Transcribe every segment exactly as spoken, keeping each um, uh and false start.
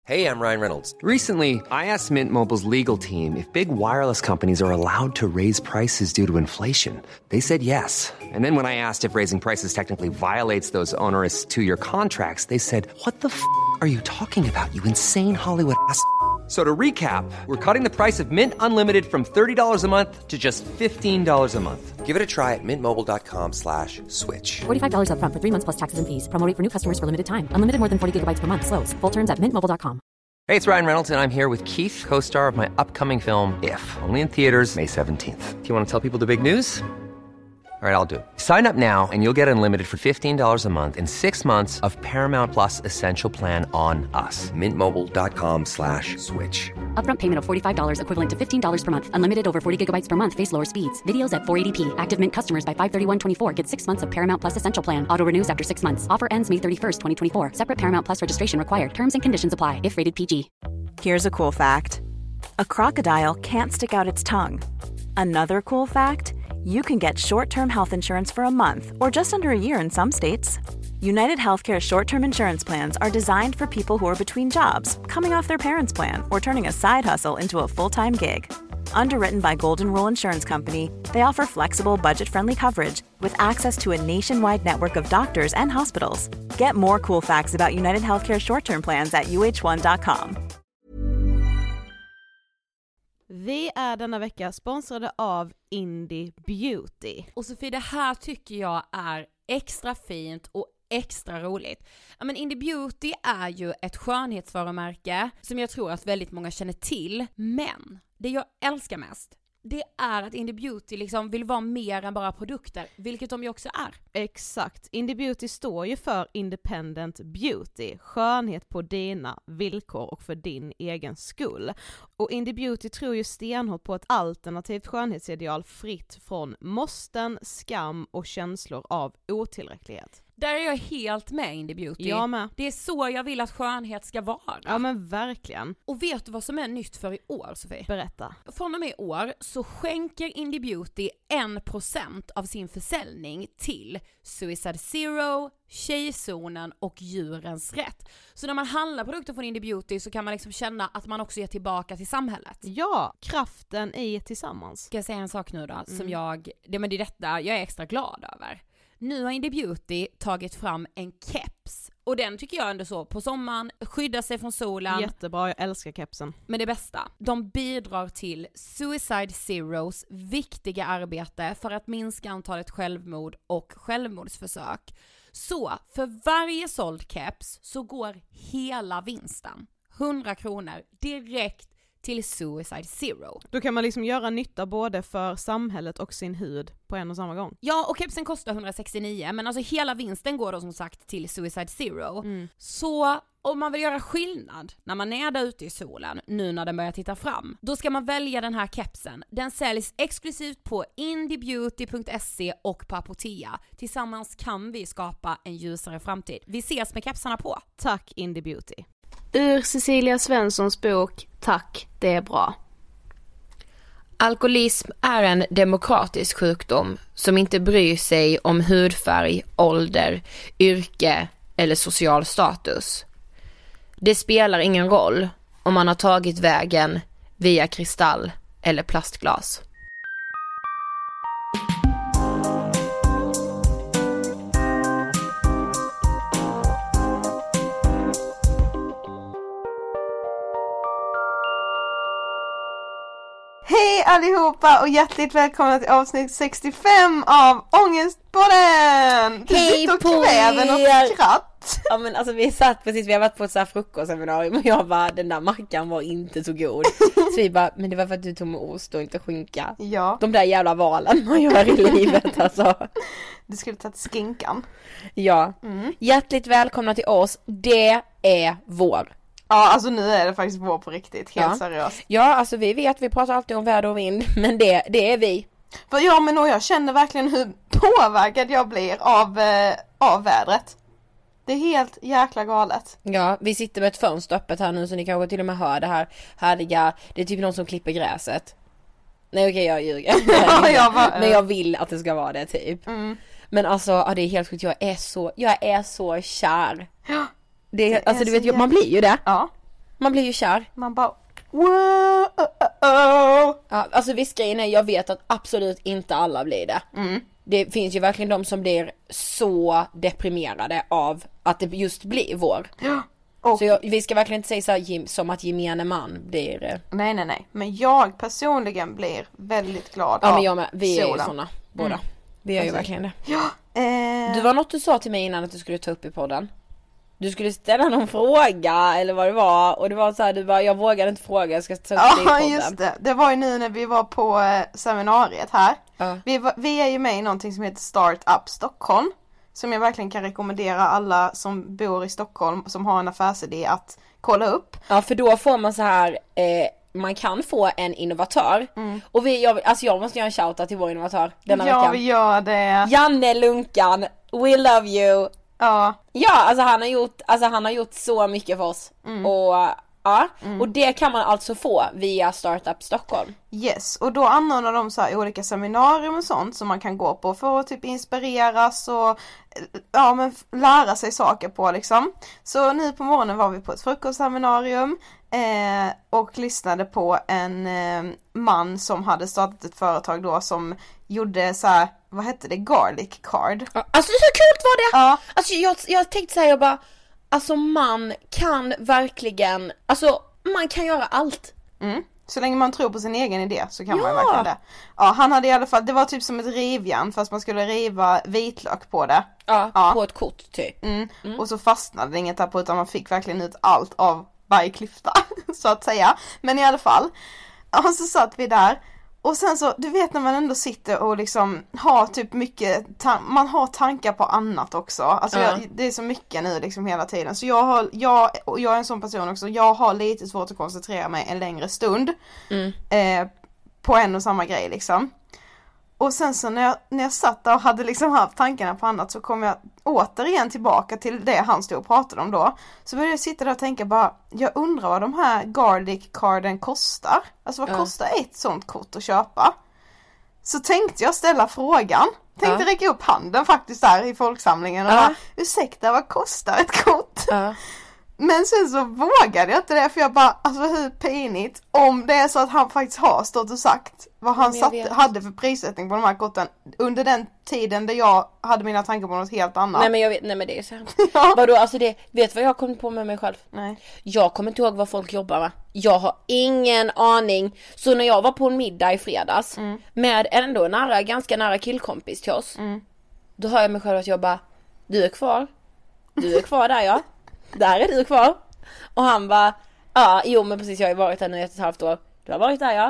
Hey, I'm Ryan Reynolds. Recently, I asked Mint Mobile's legal team if big wireless companies are allowed to raise prices due to inflation. They said yes. And then when I asked if raising prices technically violates those onerous two-year contracts, they said, "What the f*** are you talking about, you insane Hollywood ass?" So to recap, we're cutting the price of Mint Unlimited from thirty dollars a month to just fifteen dollars a month. Give it a try at mintmobile.com slash switch. forty-five dollars up front for three months plus taxes and fees. Promo rate for new customers for limited time. Unlimited more than forty gigabytes per month. Slows full terms at mint mobile dot com. Hey, it's Ryan Reynolds, and I'm here with Keith, co-star of my upcoming film, If, only in theaters May seventeenth. Do you want to tell people the big news? All right, I'll do it. Sign up now and you'll get unlimited for fifteen dollars a month and six months of Paramount Plus Essential Plan on us. mintmobile.com slash switch. Upfront payment of forty-five dollars equivalent to fifteen dollars per month. Unlimited over forty gigabytes per month. Face lower speeds. Videos at four eighty p. Active Mint customers by five thirty-one twenty-four get six months of Paramount Plus Essential Plan. Auto renews after six months. Offer ends May thirty-first, twenty twenty-four. Separate Paramount Plus registration required. Terms and conditions apply if rated P G. Here's a cool fact. A crocodile can't stick out its tongue. Another cool fact, you can get short-term health insurance for a month or just under a year in some states. United Healthcare short-term insurance plans are designed for people who are between jobs, coming off their parents' plan, or turning a side hustle into a full-time gig. Underwritten by Golden Rule Insurance Company, they offer flexible, budget-friendly coverage with access to a nationwide network of doctors and hospitals. Get more cool facts about United Healthcare short-term plans at u h one dot com. Vi är denna vecka sponsrade av Indie Beauty. Och Sofie, det här tycker jag är extra fint och extra roligt. Ja, men Indie Beauty är ju ett skönhetsvarumärke som jag tror att väldigt många känner till. Men det jag älskar mest, det är att Indie Beauty liksom vill vara mer än bara produkter, vilket de ju också är. Exakt. Indie Beauty står ju för Independent Beauty, skönhet på dina villkor och för din egen skull. Och Indie Beauty tror ju stenhårt på ett alternativt skönhetsideal fritt från måsten, skam och känslor av otillräcklighet. Där är jag helt med Indie Beauty. Jag med. Det är så jag vill att skönhet ska vara. Ja men verkligen. Och vet du vad som är nytt för i år, Sofie? Berätta. Från och med i år så skänker Indie Beauty en procent av sin försäljning till Suicide Zero, Tjejzonen och Djurens Rätt. Så när man handlar produkter från Indie Beauty så kan man liksom känna att man också ger tillbaka till samhället. Ja, kraften i tillsammans. Ska jag säga en sak nu då Mm. som jag, det, men det är detta jag är extra glad över. Nu har Indie Beauty tagit fram en keps. Och den tycker jag ändå så, på sommaren, skydda sig från solen. Jättebra, jag älskar kepsen. Men det bästa, de bidrar till Suicide Zeros viktiga arbete för att minska antalet självmord och självmordsförsök. Så för varje såld keps så går hela vinsten, hundra kronor, direkt till Suicide Zero. Då kan man liksom göra nytta både för samhället och sin hud på en och samma gång. Ja, och kepsen kostar hundrasextionio, men alltså hela vinsten går då som sagt till Suicide Zero. Mm. Så om man vill göra skillnad när man är där ute i solen, nu när den börjar titta fram, då ska man välja den här kepsen. Den säljs exklusivt på indiebeauty punkt se och på Apotea. Tillsammans kan vi skapa en ljusare framtid. Vi ses med kepsarna på. Tack Indie Beauty. Ur Cecilia Svenssons bok Tack, det är bra. Alkoholism är en demokratisk sjukdom som inte bryr sig om hudfärg, ålder, yrke eller social status. Det spelar ingen roll om man har tagit vägen via kristall eller plastglas. Hej allihopa och hjärtligt välkomna till avsnitt sextiofem av Ångestpodden! Du Hej sitter och på kväver något skratt. Ja men alltså vi satt precis, vi har varit på ett så här frukostseminarium och jag bara, den där mackan var inte så god. Så vi bara, men det var för att du tog med ost och inte skinka. Ja. De där jävla valen man gör i livet alltså. Du skulle tagit skinkan. Ja, Mm. hjärtligt välkomna till oss, det är vår. Ja, alltså nu är det faktiskt vår på riktigt, helt Ja. seriöst. Ja, alltså vi vet, vi pratar alltid om väder och vind, men det, det är vi. För ja, men och jag känner verkligen hur påverkad jag blir av, eh, av vädret. Det är helt jäkla galet. Ja, vi sitter med ett fönster öppet här nu så ni kanske till och med hör det här härliga, det är typ någon som klipper gräset. Nej okej, jag ljuger. Ja, jag bara, men jag vill att det ska vara det typ. Mm. Men alltså, ja, det är helt sjukt, jag är så, jag är så kär. Ja. Det, Det alltså är du så vet, man blir ju det. Ja. Man blir ju kär. Man bara wow, oh, oh. Ja, alltså visst grejen är, jag vet att absolut inte alla blir det. Mm. Det finns ju verkligen de som blir så deprimerade av att det just blir vår. Ja. Och, så jag, vi ska verkligen inte säga så här, som att gemene man blir... Nej, nej, nej. Men jag personligen blir väldigt glad ja, av men jag med. Vi solen. är ju såna, båda. Mm. Vi är alltså, ju verkligen det. Ja. Eh... Du var något du sa till mig innan att du skulle ta upp i podden. Du skulle ställa någon fråga eller vad det var. Och det var så här, du bara, jag vågade inte fråga, jag ska ta upp ja, det i podden. Ja, just det. Det var ju nu när vi var på eh, seminariet här. Ja. Vi, var, vi är ju med i någonting som heter Startup Stockholm. Som jag verkligen kan rekommendera alla som bor i Stockholm som har en affärsidé att kolla upp. Ja, för då får man så här, eh, man kan få en innovatör. Mm. Och vi, jag, alltså jag måste göra en shoutout till vår innovatör denna ja, veckan. Ja, vi gör det. Janne Lunkan, we love you. Ja. Ja, alltså han har gjort, alltså han har gjort så mycket för oss. Mm. Och ja, mm. och det kan man alltså få via Startup Stockholm. Yes, och då anordnar de så här olika seminarium och sånt som man kan gå på för att typ inspireras och ja, men lära sig saker på liksom. Så nu på morgonen var vi på ett frukostseminarium eh, och lyssnade på en eh, man som hade startat ett företag då som gjorde så här, vad hette det, garlic card. Ja, alltså så coolt var det. Ja. Alltså jag, jag tänkte så här, jag bara, alltså man kan verkligen, alltså man kan göra allt. Mm. Så länge man tror på sin egen idé så kan ja. man verkligen det. Ja, han hade i alla fall, det var typ som ett rivjärn fast man skulle riva vitlök på det. Ja, ja. På ett kort typ. Mm. Mm. Och så fastnade det inget där på utan man fick verkligen ut allt av varje klyfta så att säga. Men i alla fall, och så satt vi där. Och sen så, du vet när man ändå sitter och liksom har typ mycket, ta- man har tankar på annat också. Alltså ja. jag, det är så mycket nu liksom hela tiden. Så jag har, jag, och jag är en sån person också, jag har lite svårt att koncentrera mig en längre stund. Mm. Eh, på en och samma grej liksom. Och sen så när jag, när jag satt där och hade liksom haft tankarna på annat så kom jag återigen tillbaka till det han stod och pratade om då. Så började jag sitta där och tänka bara, jag undrar vad de här garlic carden kostar. Alltså vad ja. kostar ett sånt kort att köpa? Så tänkte jag ställa frågan. Tänkte ja. räcka upp handen faktiskt där i folksamlingen och ja. bara, ursäkta, vad kostar ett kort? Ja. Men sen så vågade jag inte det för jag bara, alltså hur pinigt om det är så att han faktiskt har stått och sagt vad han satt, hade för prissättning på de här korten under den tiden där jag hade mina tankar på något helt annat. Nej men jag vet, nej men det är så här. Ja. Vadå, alltså det, vet du vad jag har kommit på med mig själv? Nej. Jag kommer inte ihåg vad folk jobbar med. Jag har ingen aning. Så när jag var på en middag i fredags mm. med ändå nära, ganska nära killkompis till oss. Mm. Då hör jag mig själv att jag bara, du är kvar. Du är kvar där ja. Där är du kvar. Och han bara, ja, jo men precis, jag har ju varit här nu ett och ett halvt år. Du har varit där ja.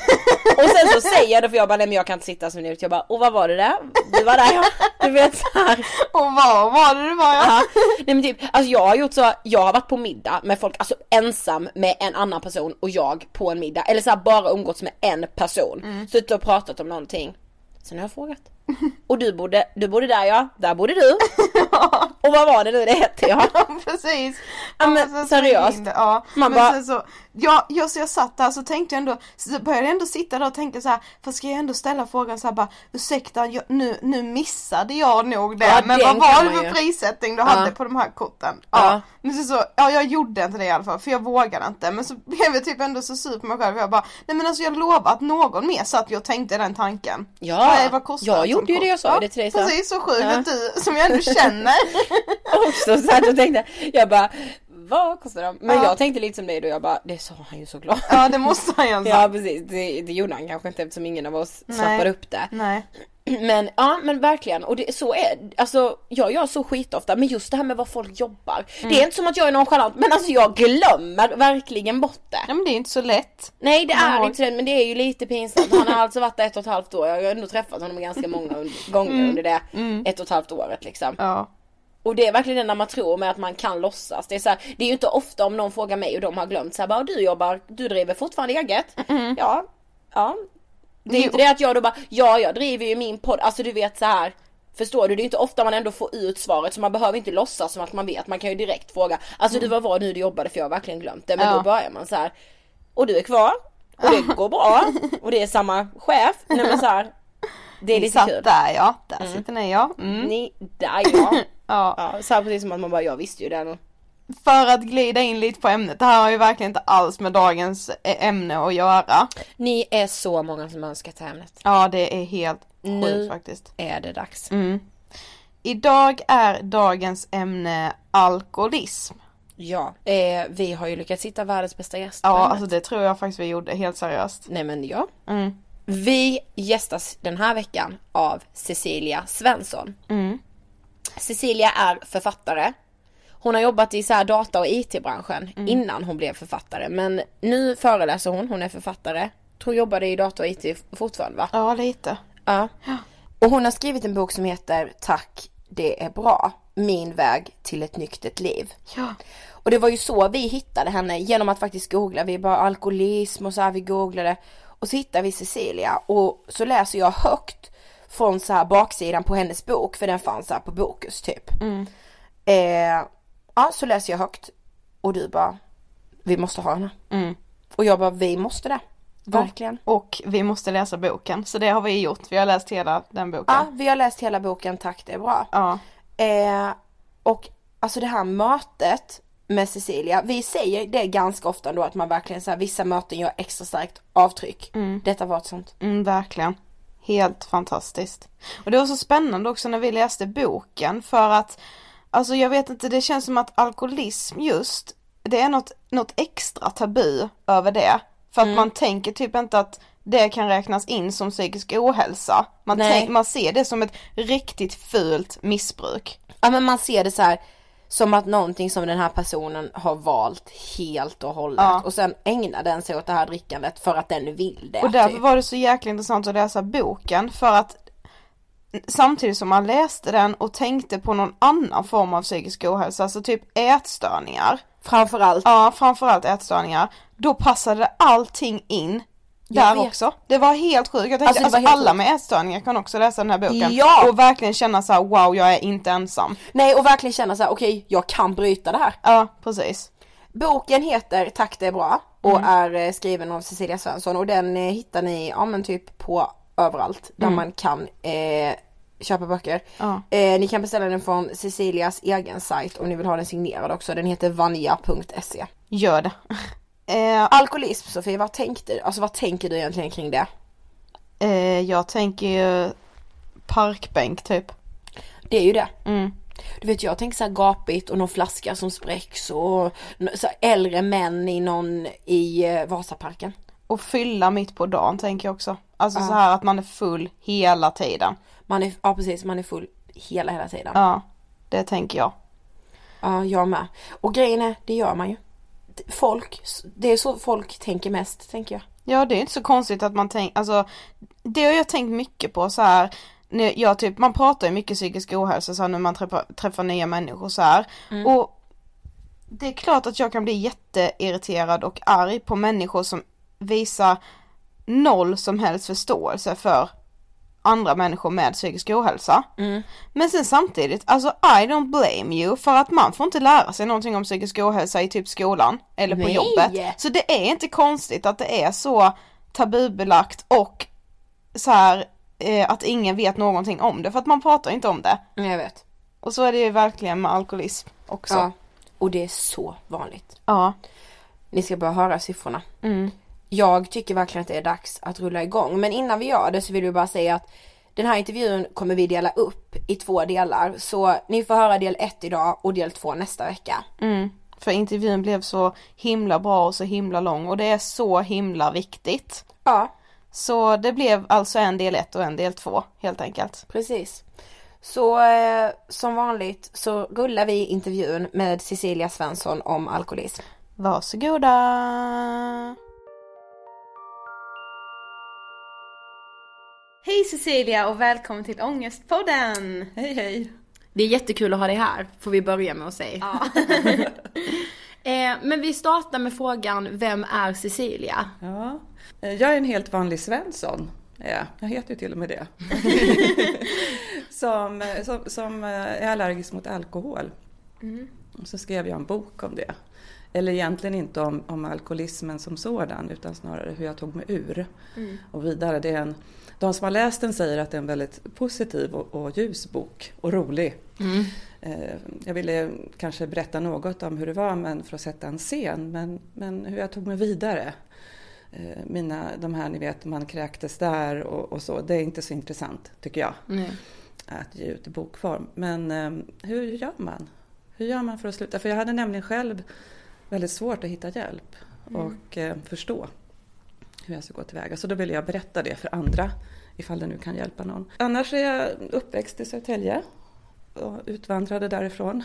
Och sen så säger jag det för jag bara, nej men jag kan inte sitta så minut. Jag bara, och vad var det där? Du var där ja. Du vet så här. Och vad var det du var ja? Ja. Nej men typ, alltså jag har gjort så, jag har varit på middag med folk, alltså ensam med en annan person och jag på en middag. Eller så här, bara umgåtts med en person. Mm. Suttit och pratat om någonting. Sen har jag frågat. Och du bodde, du bodde där ja, där bodde du. Ja. Och vad var det nu det hette ja? Ja precis. Ja, men seriöst. Ja. Man men bara... sen så, ja, jag, så jag satt där så tänkte jag ändå, så började jag ändå sitta där och tänkte så här, för ska jag ändå ställa frågan så här bara, ursäkta, jag, nu, nu missade jag nog det. Ja, men vad var det för ju. prissättning du ja. hade på de här korten? Ja. Ja. Men så, så, ja jag gjorde inte det i alla fall, för jag vågade inte. Men så blev jag typ ändå så sur på mig själv, för jag bara, nej men alltså jag lovar att någon mer satt jag tänkte den tanken. Ja, vad, vad kostar jag gjorde ju det jag sa. Ja, det precis, så sjukt ja. att du, som jag ändå känner. Också så att jag tänkte, jag bara, vad kostar de? Men ja. jag tänkte lite som dig då, jag bara, det sa han ju såklart. Ja, det måste han ju alltså. Ja, precis, det, det gjorde han kanske inte eftersom ingen av oss Nej. snappade upp det. Nej. Men ja, men verkligen, och det, så är alltså, jag gör så skitofta, men just det här med vad folk jobbar. Mm. Det är inte som att jag är nonchalant, men alltså jag glömmer verkligen bort det. Ja, men det är inte så lätt. Nej, det är har... inte så lätt, men det är ju lite pinsamt. Han har alltså varit där ett och ett halvt år. Jag har ändå träffat honom ganska många gånger mm. under det mm. ett och ett halvt året liksom. Ja. Och det är verkligen det när man tror med att man kan låtsas. Det är så här, det är ju inte ofta om någon frågar mig och de har glömt så här, bara, du jobbar, du driver fortfarande eget. Mm. Ja, ja. Det är jo. inte det att jag då bara, ja jag driver ju min podd. Alltså du vet så här, förstår du, det är inte ofta man ändå får ut svaret. Så man behöver inte låtsas som att man vet. Man kan ju direkt fråga, alltså mm. du, vad var nu du jobbade, för jag har verkligen glömt det. Men ja. då börjar man så här, och du är kvar, och det går bra, och det är samma chef. Nej men så här, det är ni lite satt kul. Där ja, där mm. sitter ni ja. Mm. Ni, där ja. ja. ja. Så här precis som att man bara, jag visste ju det nu. för att glida in lite på ämnet, det här har ju verkligen inte alls med dagens ämne att göra. Ni är så många som önskar till ämnet. Ja, det är helt sjukt nu faktiskt. är det dags. Mm. Idag är dagens ämne alkoholism. Ja, eh, vi har ju lyckats hitta världens bästa gäst. Ja, alltså det tror jag faktiskt vi gjorde, helt seriöst. Nej men ja. Mm. Vi gästas den här veckan av Cecilia Svensson. Mm. Cecilia är författare. Hon har jobbat i så här data- och I T-branschen mm. innan hon blev författare. Men nu föreläser hon, hon är författare. Tror jobbade i data och I T fortfarande, va? Ja, lite. Ja. Och hon har skrivit en bok som heter Tack, det är bra. Min väg till ett nyktert liv. Ja. Och det var ju så vi hittade henne, genom att faktiskt googla. Vi bara alkoholism och så här, vi googlade. Och så hittade vi Cecilia. Och så läser jag högt från så här baksidan på hennes bok. För den fanns så här på Bokus typ. Mm. Eh, ja, så läser jag högt. Och du bara, vi måste ha henne. Mm. Och jag bara, vi måste det. Verkligen. Och, och vi måste läsa boken. Så det har vi gjort. Vi har läst hela den boken. Ja, vi har läst hela boken. Tack, det är bra. Ja. Eh, och alltså det här mötet med Cecilia, vi säger det ganska ofta då, att man verkligen så här, vissa möten gör extra starkt avtryck. Mm. Detta var ett sånt. Mm, verkligen. Helt fantastiskt. Och det var så spännande också när vi läste boken, för att alltså jag vet inte, det känns som att alkoholism just, det är något, något extra tabu över det. För att mm. man tänker typ inte att det kan räknas in som psykisk ohälsa. Man, tänk, man ser det som ett riktigt fult missbruk. Ja, men man ser det så här som att någonting som den här personen har valt helt och hållet. Ja. Och sen ägnar den sig åt det här drickandet för att den vill det. Och därför typ. var det så jäkla intressant att läsa boken. För att samtidigt som man läste den och tänkte på någon annan form av psykisk ohälsa, alltså typ ätstörningar. Framförallt. Ja, framförallt ätstörningar. Då passade allting in där också. Det var helt sjukt. Jag tänkte, alltså, alltså alla sjukt. Med ätstörningar kan också läsa den här boken. Ja. Och verkligen känna så här: wow, jag är inte ensam. Nej, och verkligen känna så här: okej, okay, jag kan bryta det här. Ja, precis. Boken heter Tack, det är bra. Och mm. är skriven av Cecilia Svensson. Och den eh, hittar ni, ja men typ på överallt. Där mm. man kan eh, köpa böcker. Ja. Eh, ni kan beställa den från Cecilias egen sajt om ni vill ha den signerad också. Den heter vanja punkt se. Gör det. Eh, alkoholism, Sofie, vad tänkte, alltså, vad tänker du egentligen kring det? Eh, jag tänker ju parkbänk typ. Det är ju det. Mm. Du vet, jag tänker så här gapigt och någon flaska som spräcks och så här äldre män i någon i eh, Vasaparken. Och fylla mitt på dagen tänker jag också. Alltså ja. Så här att man är full hela tiden. Man är, ja precis, man är full hela hela tiden. Ja, det tänker jag. Ja, jag med. Och grejen är, det gör man ju. Folk, det är så folk tänker mest, tänker jag. Ja, det är inte så konstigt att man tänker, alltså det har jag tänkt mycket på så här. Jag typ, man pratar ju mycket psykisk ohälsa så här, när man träffar, träffar nya människor så här. Mm. Och det är klart att jag kan bli jätteirriterad och arg på människor som visar noll som helst förståelse för andra människor med psykisk ohälsa. Mm. Men sen samtidigt, alltså I don't blame you, för att man får inte lära sig någonting om psykisk ohälsa i typ skolan eller på Nej. jobbet. Så det är inte konstigt att det är så tabubelagt och så här eh, att ingen vet någonting om det, för att man pratar inte om det. Jag vet. Och så är det ju verkligen med alkoholism också. Ja. Och det är så vanligt. Ja. Ni ska bara höra siffrorna. Mm. Jag tycker verkligen att det är dags att rulla igång. Men innan vi gör det så vill vi bara säga att den här intervjun kommer vi dela upp i två delar. Så ni får höra del ett idag och del två nästa vecka. Mm. För intervjun blev så himla bra och så himla lång. Och det är så himla viktigt. Ja. Så det blev alltså en del ett och en del två helt enkelt. Precis. Så eh, som vanligt så rullar vi intervjun med Cecilia Svensson om alkoholism. Varsågoda! Hej Cecilia och välkommen till Ångestpodden! Hej hej! Det är jättekul att ha dig här, får vi börja med att säga. Ja. eh, men vi startar med frågan, vem är Cecilia? Ja, jag är en helt vanlig Svensson. Ja, jag heter ju till och med det. som, som, som är allergisk mot alkohol. Mm. Och så skrev jag en bok om det. Eller egentligen inte om, om alkoholismen som sådan, utan snarare hur jag tog mig ur mm. och vidare. Det är en, de som har läst den säger att det är en väldigt positiv och, och ljus bok och rolig. Mm. Eh, jag ville kanske berätta något om hur det var, men för att sätta en scen, men, men hur jag tog mig vidare. Eh, mina, de här, ni vet, man kräktes där och, och så, det är inte så intressant tycker jag. Mm. Att ge ut i bokform. Men eh, hur gör man? Hur gör man för att sluta? För jag hade nämligen själv väldigt svårt att hitta hjälp mm. och eh, förstå hur jag ska gå tillväga. Så då ville jag berätta det för andra, ifall det nu kan hjälpa någon. Annars är jag uppväxt i Södertälje och utvandrade därifrån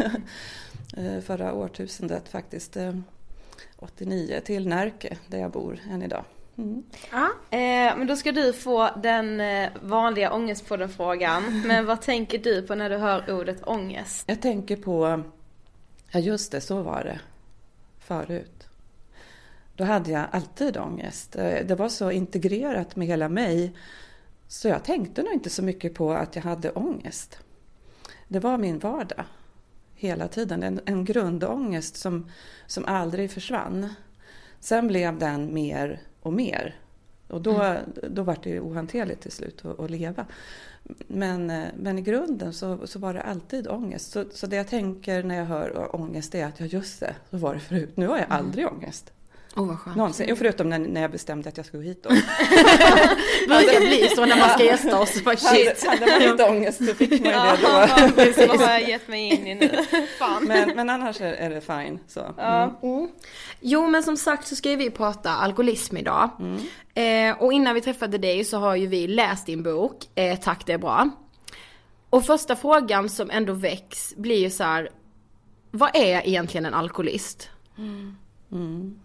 förra årtusendet faktiskt, eh, åttionio, till Närke där jag bor än idag. Mm. Ja, eh, men då ska du få den eh, vanliga ångestpodden-frågan. Men vad tänker du på när du hör ordet ångest? Jag tänker på, ja just det, så var det förut. Då hade jag alltid ångest. Det var så integrerat med hela mig, så jag tänkte nog inte så mycket på att jag hade ångest. Det var min vardag hela tiden, en, en grundångest som, som aldrig försvann. Sen blev den mer och mer. Och då, mm. då var det ohanterligt till slut att, att leva. Men, men i grunden så, så var det alltid ångest. Så, så det jag tänker när jag hör ångest är att ja, just det, så var det förut. Nu har jag aldrig mm. ångest. Åh, oh, vad skönt. Någonsin. Jo, förutom när, när jag bestämde att jag skulle hit då. Det brukar bli så när man ska gästa oss. Shit. Hade, hade man inte ångest så fick man ju det då. Ja, precis. Vad har jag gett mig in i nu? Fan. Men, men annars är, är det fine. Så. Ja. Mm. Mm. Jo, men som sagt så ska vi prata alkoholism idag. Mm. Eh, och innan vi träffade dig så har ju vi läst din bok. Eh, tack, det är bra. Och första frågan som ändå väcks blir ju så här: vad är egentligen en alkoholist? Mm. Mm.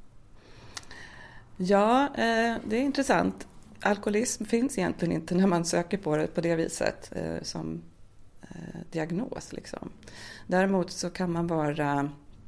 Ja, eh, det är intressant. Alkoholism finns egentligen inte när man söker på det på det viset eh, som eh, diagnos. Liksom. Däremot så kan man vara,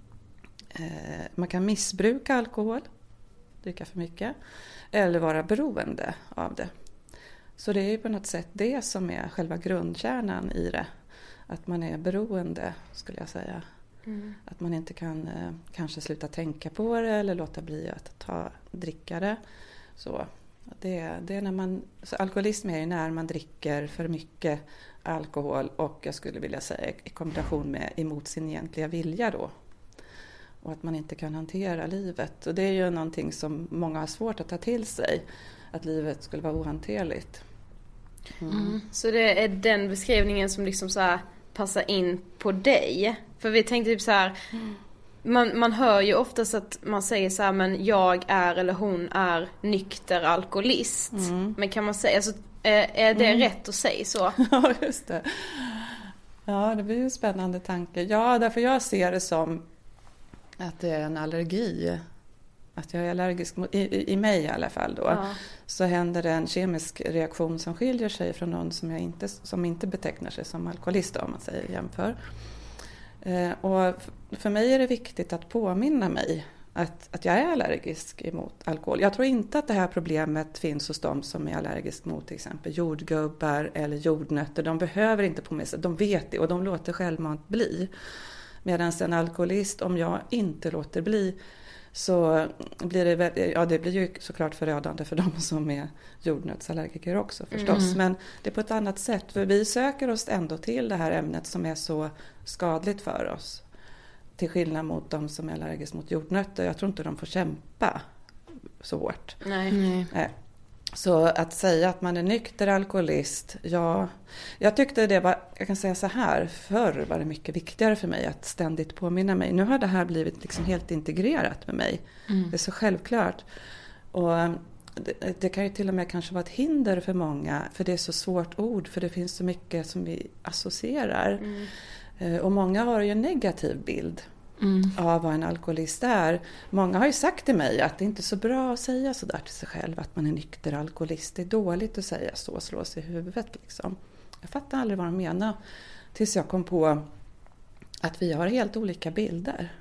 eh, man kan missbruka alkohol, dricka för mycket, eller vara beroende av det. Så det är ju på något sätt det som är själva grundkärnan i det. Att man är beroende, skulle jag säga. Mm. Att man inte kan eh, kanske sluta tänka på det eller låta bli att ta dricka det. Så det, det är när man, så alkoholism är ju när man dricker för mycket alkohol, och jag skulle vilja säga i kombination med emot sin egentliga vilja då. Och att man inte kan hantera livet. Och det är ju någonting som många har svårt att ta till sig, att livet skulle vara ohanterligt. Mm. Mm. Så det är den beskrivningen som liksom så här passar in på dig. För vi tänkte typ så här, mm. man, man hör ju oftast att man säger så här, men jag är eller hon är nykter alkoholist. Mm. Men kan man säga, alltså, är, är det mm. rätt att säga så? Ja, just det. Ja, det blir ju en spännande tanke. Ja, därför jag ser det som att det är en allergi. Att jag är allergisk mot, i, i mig i alla fall då. Ja. Så händer det en kemisk reaktion som skiljer sig från någon som, jag inte, som inte betecknar sig som alkoholist, om man säger jämför. Eh, och för mig är det viktigt att påminna mig att, att jag är allergisk emot alkohol. Jag tror inte att det här problemet finns hos de som är allergisk mot till exempel jordgubbar eller jordnötter. De behöver inte på mig, de vet det och de låter självmant bli. Medan en alkoholist, om jag inte låter bli, så blir det, väl, ja, det blir ju såklart förödande för de som är jordnötsallergiker också förstås. Mm. Men det är på ett annat sätt. För vi söker oss ändå till det här ämnet som är så skadligt för oss. Till skillnad mot de som är allergiska mot jordnötter. Jag tror inte de får kämpa så hårt. Nej. Nej. Nej. Så att säga att man är nykter alkoholist, ja, jag tyckte det var, jag kan säga så här, förr var det mycket viktigare för mig att ständigt påminna mig. Nu har det här blivit liksom helt integrerat med mig. Mm. Det är så självklart. Och det, det kan ju till och med kanske vara ett hinder för många, för det är så svårt ord, för det finns så mycket som vi associerar. Mm. Och många har ju en negativ bild. Mm. av vad en alkoholist är. Många har ju sagt till mig att det inte är så bra att säga så där till sig själv, att man är nykter alkoholist. Det är dåligt att säga så, slå sig i huvudet liksom. Jag fattar aldrig vad de menar tills jag kom på att vi har helt olika bilder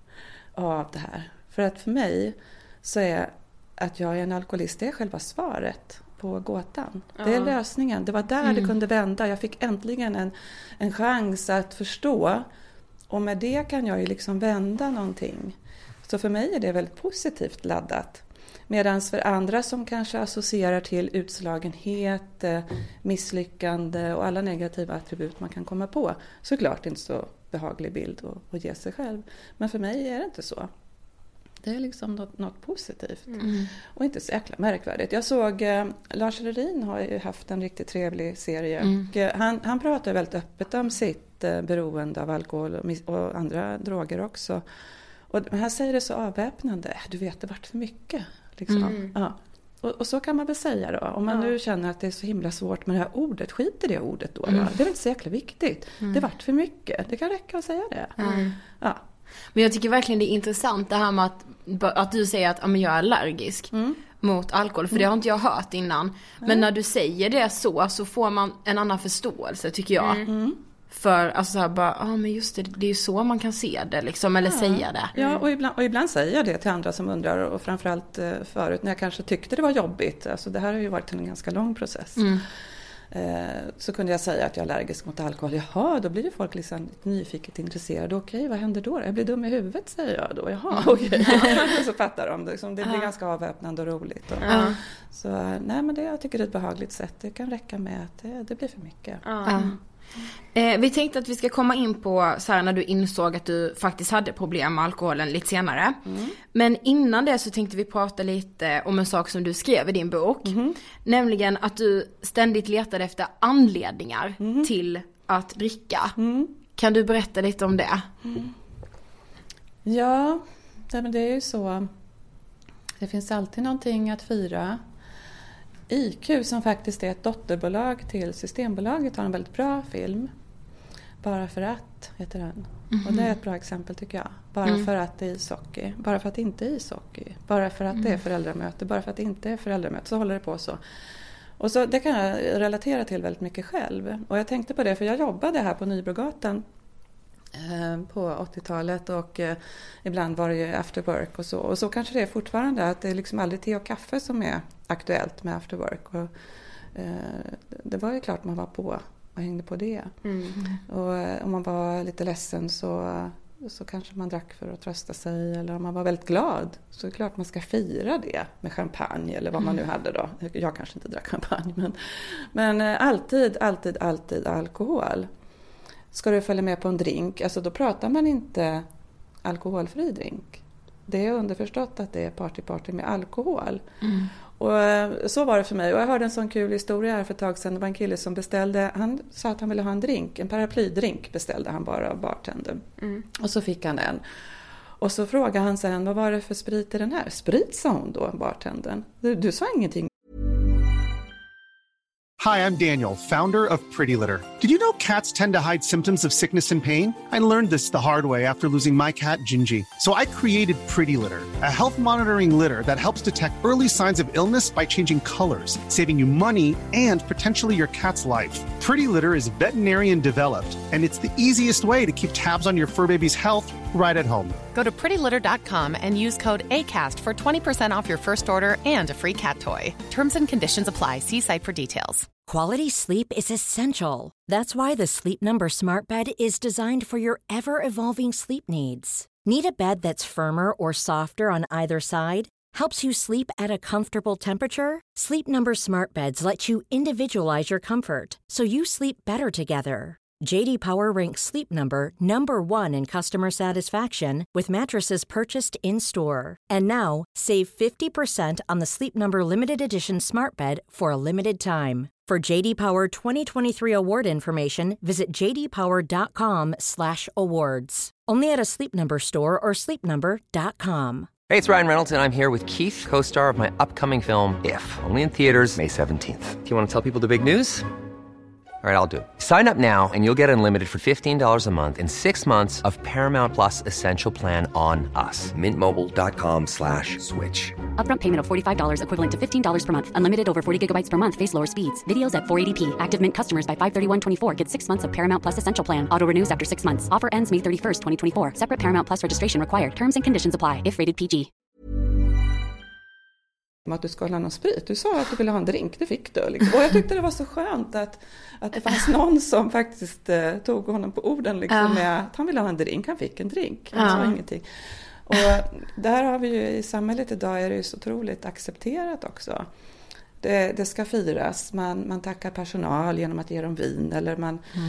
av det här. För att för mig så är att jag är en alkoholist, det är själva svaret på gåtan. Ja. Det är lösningen. Det var där mm. det kunde vända. Jag fick äntligen en, en chans att förstå. Och med det kan jag ju liksom vända någonting. Så för mig är det väldigt positivt laddat. Medan för andra som kanske associerar till utslagenhet, misslyckande och alla negativa attribut man kan komma på. Såklart inte så behaglig bild att, att ge sig själv. Men för mig är det inte så. Det är liksom något, något positivt. Mm. Och inte så jäkla märkvärdigt. Jag såg, eh, Lars Lerin har ju haft en riktigt trevlig serie. Mm. Och, eh, han, han pratar väldigt öppet om sitt eh, beroende av alkohol och, och andra droger också. Och han säger det så avväpnande. Du vet, det vart för mycket. Liksom. Mm. Ja. Och, och så kan man väl säga då. Om man ja. nu känner att det är så himla svårt med det här ordet. Skit i det ordet då. Mm. då. Det är väl inte så jäkla viktigt. Mm. Det vart för mycket. Det kan räcka att säga det. Mm. Ja. Men jag tycker verkligen det är intressant det här med att, att du säger att ja, men jag är allergisk mm. mot alkohol. För mm. det har inte jag hört innan. Men mm. när du säger det så så får man en annan förståelse tycker jag. Mm. För alltså så här bara, ja ah, men just det, det är ju så man kan se det liksom, eller ja. säga det. Ja, och ibland, och ibland säger jag det till andra som undrar, och framförallt eh, förut när jag kanske tyckte det var jobbigt. Alltså det här har ju varit en ganska lång process. Mm. Eh, så kunde jag säga att jag är allergisk mot alkohol. Jaha, då blir ju folk liksom nyfiket intresserade. Okej, vad händer då? Jag blir dum i huvudet, säger jag då. Jaha, okej. Och så fattar de. Liksom, det blir ja. ganska avväpnande och roligt. Och, ja. Så nej, men det, jag tycker det är ett behagligt sätt. Det kan räcka med att det, det blir för mycket. Ja. Mm. Eh, vi tänkte att vi ska komma in på så här, när du insåg att du faktiskt hade problem med alkoholen lite senare. Mm. Men innan det så tänkte vi prata lite om en sak som du skrev i din bok. Mm. Nämligen att du ständigt letade efter anledningar mm. till att dricka. Mm. Kan du berätta lite om det? Mm. Ja, men det är ju så. Det finns alltid någonting att fira. I Q som faktiskt är ett dotterbolag till Systembolaget har en väldigt bra film. Bara för att heter den. Mm-hmm. Och det är ett bra exempel tycker jag. Bara mm. för att det är ishockey. Bara för att det inte är ishockey. Bara för att mm. det är föräldramöte. Bara för att det inte är föräldramöte. Så håller det på så. Och så det kan jag relatera till väldigt mycket själv. Och jag tänkte på det för jag jobbade här på Nybrogatan på åttiotalet och eh, ibland var det ju after work och så. Och så kanske det är fortfarande att det är liksom aldrig te och kaffe som är aktuellt med after work. Och, eh, det var ju klart man var på och hängde på det. Mm. Och eh, om man var lite ledsen så, så kanske man drack för att trösta sig. Eller om man var väldigt glad så är det klart man ska fira det med champagne eller vad man nu hade då. Jag kanske inte drack champagne men, men eh, alltid, alltid, alltid alkohol. Ska du följa med på en drink, alltså då pratar man inte alkoholfri drink. Det är underförstått att det är party-party med alkohol. Mm. Och så var det för mig. Och jag hörde en sån kul historia här för ett tag sedan. Det var en kille som beställde, han sa att han ville ha en drink. En paraplydrink beställde han bara av bartendern. Mm. Och så fick han en. Och så frågade han sen, vad var det för sprit i den här? Sprit, sa hon då, bartendern. Du, du sa ingenting. Hi, I'm Daniel, founder of Pretty Litter. Did you know cats tend to hide symptoms of sickness and pain? I learned this the hard way after losing my cat, Gingy. So I created Pretty Litter, a health monitoring litter that helps detect early signs of illness by changing colors, saving you money and potentially your cat's life. Pretty Litter is veterinarian developed, and it's the easiest way to keep tabs on your fur baby's health right at home. Go to pretty litter dot com and use code ACAST for twenty percent off your first order and a free cat toy. Terms and conditions apply. See site for details. Quality sleep is essential. That's why the Sleep Number Smart Bed is designed for your ever-evolving sleep needs. Need a bed that's firmer or softer on either side? Helps you sleep at a comfortable temperature? Sleep Number Smart Beds let you individualize your comfort, so you sleep better together. J D Power ranks Sleep Number number one in customer satisfaction with mattresses purchased in-store. And now, save fifty percent on the Sleep Number Limited Edition Smart Bed for a limited time. For J D Power twenty twenty-three award information, visit j d power dot com slash awards. Only at a Sleep Number store or sleep number dot com. Hey, it's Ryan Reynolds, and I'm here with Keith, co-star of my upcoming film, If, only in theaters May seventeenth. Do you want to tell people the big news? All right, I'll do it. Sign up now and you'll get unlimited for fifteen dollars a month and six months of Paramount Plus Essential Plan on us. mint mobile dot com slash switch. Upfront payment of forty-five dollars equivalent to fifteen dollars per month. Unlimited over forty gigabytes per month. Face lower speeds. Videos at four eighty p. Active Mint customers by five thirty-one twenty-four get six months of Paramount Plus Essential Plan. Auto renews after six months. Offer ends May thirty-first, twenty twenty-four. Separate Paramount Plus registration required. Terms and conditions apply if rated P G. att du skulle ha någon sprit. Du sa att du ville ha en drink, det fick du. Liksom. Och jag tyckte det var så skönt att, att det fanns någon som faktiskt eh, tog honom på orden liksom, ja. Med att han ville ha en drink, han fick en drink. Han ja. Sa ingenting. Och där har vi ju i samhället idag är det ju så otroligt accepterat också. Det, det ska firas, man, man tackar personal genom att ge dem vin eller man... Mm.